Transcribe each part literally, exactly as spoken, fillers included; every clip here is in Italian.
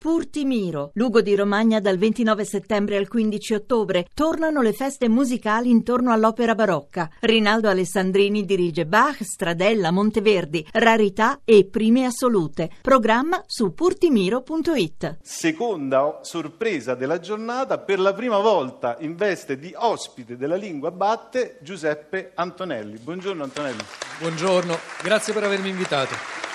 Purtimiro, Lugo di Romagna dal ventinove settembre al quindici ottobre. Tornano le feste musicali intorno all'opera barocca. Rinaldo Alessandrini dirige Bach, Stradella, Monteverdi, Rarità e Prime Assolute. Programma su purtimiro punto it. Seconda sorpresa della giornata, per la prima volta in veste di ospite della Lingua Batte, Giuseppe Antonelli. Buongiorno Antonelli. Buongiorno, grazie per avermi invitato.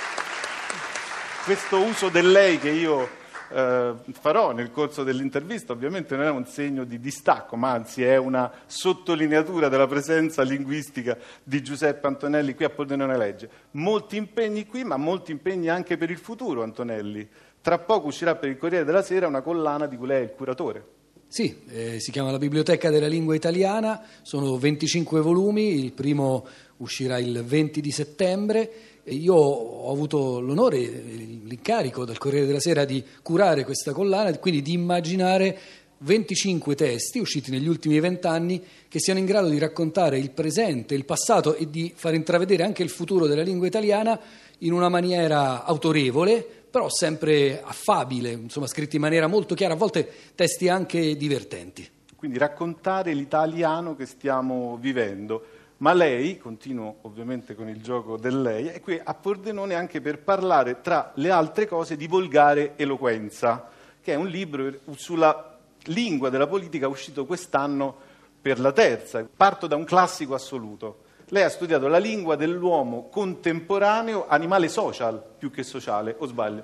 Questo uso del lei che io eh, farò nel corso dell'intervista ovviamente non è un segno di distacco, ma anzi è una sottolineatura della presenza linguistica di Giuseppe Antonelli qui a Pordenone Legge. Molti impegni qui, ma molti impegni anche per il futuro, Antonelli. Tra poco uscirà per il Corriere della Sera una collana di cui lei è il curatore. Sì, eh, si chiama La Biblioteca della Lingua Italiana, sono venticinque volumi, il primo uscirà il venti di settembre. Io ho avuto l'onore, l'incarico dal Corriere della Sera di curare questa collana, quindi di immaginare venticinque testi usciti negli ultimi vent'anni che siano in grado di raccontare il presente, il passato e di far intravedere anche il futuro della lingua italiana in una maniera autorevole, però sempre affabile, insomma scritti in maniera molto chiara, a volte testi anche divertenti. Quindi raccontare l'italiano che stiamo vivendo. Ma lei, continuo ovviamente con il gioco del lei, è qui a Pordenone anche per parlare, tra le altre cose, di Volgare Eloquenza, che è un libro sulla lingua della politica uscito quest'anno per la terza. Parto da un classico assoluto. Lei ha studiato la lingua dell'uomo contemporaneo, animale social più che sociale, o sbaglio?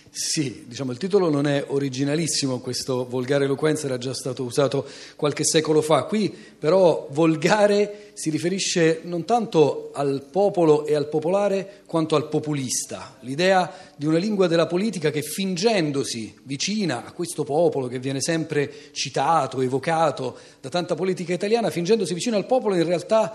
Sì, diciamo il titolo non è originalissimo, questo volgare eloquenza era già stato usato qualche secolo fa. Qui però volgare si riferisce non tanto al popolo e al popolare quanto al populista, l'idea di una lingua della politica che fingendosi vicina a questo popolo che viene sempre citato, evocato da tanta politica italiana, fingendosi vicino al popolo in realtà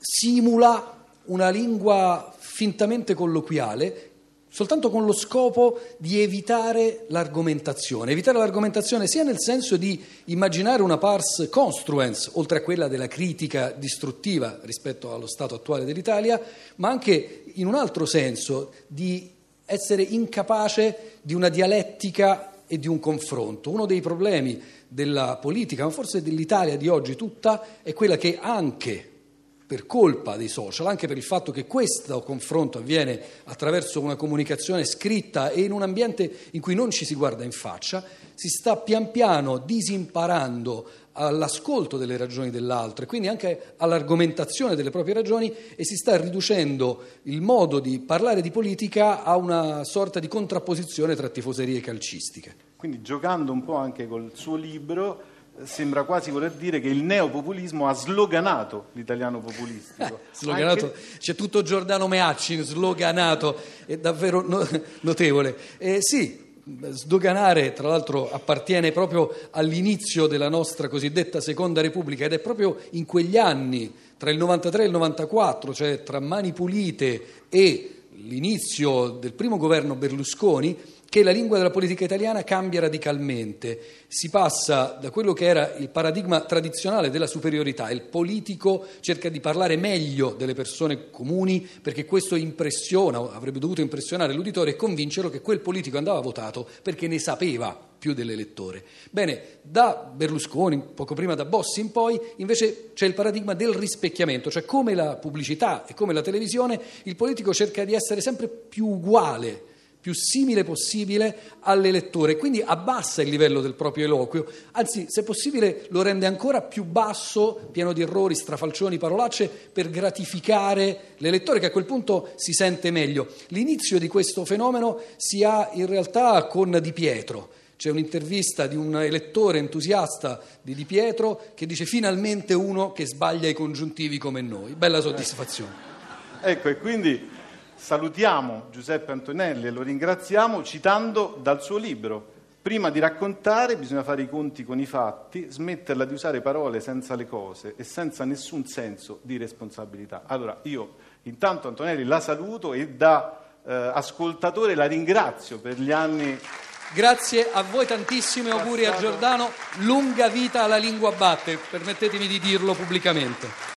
simula una lingua fintamente colloquiale, soltanto con lo scopo di evitare l'argomentazione. Evitare l'argomentazione sia nel senso di immaginare una pars construens, oltre a quella della critica distruttiva rispetto allo stato attuale dell'Italia, ma anche in un altro senso di essere incapace di una dialettica e di un confronto. Uno dei problemi della politica, ma forse dell'Italia di oggi tutta, è quella che anche per colpa dei social, anche per il fatto che questo confronto avviene attraverso una comunicazione scritta e in un ambiente in cui non ci si guarda in faccia, si sta pian piano disimparando all'ascolto delle ragioni dell'altro e quindi anche all'argomentazione delle proprie ragioni e si sta riducendo il modo di parlare di politica a una sorta di contrapposizione tra tifoserie calcistiche. Quindi giocando un po' anche col suo libro, sembra quasi voler dire che il neopopulismo ha sloganato l'italiano populistico. Eh, sloganato, anche... C'è tutto Giordano Meacci in sloganato, è davvero no, notevole. Eh, sì, sdoganare tra l'altro appartiene proprio all'inizio della nostra cosiddetta Seconda Repubblica ed è proprio in quegli anni, tra il novantatré e il novantaquattro, cioè tra Mani Pulite e l'inizio del primo governo Berlusconi, che la lingua della politica italiana cambia radicalmente. Si passa da quello che era il paradigma tradizionale della superiorità, il politico cerca di parlare meglio delle persone comuni perché questo impressiona, o avrebbe dovuto impressionare l'uditore e convincerlo che quel politico andava votato perché ne sapeva più dell'elettore. Bene, da Berlusconi, poco prima da Bossi in poi, invece c'è il paradigma del rispecchiamento, cioè come la pubblicità e come la televisione, il politico cerca di essere sempre più uguale, più simile possibile all'elettore, quindi abbassa il livello del proprio eloquio, anzi se possibile lo rende ancora più basso, pieno di errori, strafalcioni, parolacce, per gratificare l'elettore che a quel punto si sente meglio. L'inizio di questo fenomeno si ha in realtà con Di Pietro. C'è un'intervista di un elettore entusiasta di Di Pietro che dice finalmente uno che sbaglia i congiuntivi come noi. Bella soddisfazione. Ecco, e quindi salutiamo Giuseppe Antonelli e lo ringraziamo citando dal suo libro. Prima di raccontare bisogna fare i conti con i fatti, smetterla di usare parole senza le cose e senza nessun senso di responsabilità. Allora io intanto Antonelli la saluto e da eh, ascoltatore la ringrazio per gli anni. Grazie a voi tantissimi, auguri a Giordano, lunga vita alla Lingua Batte, permettetemi di dirlo pubblicamente.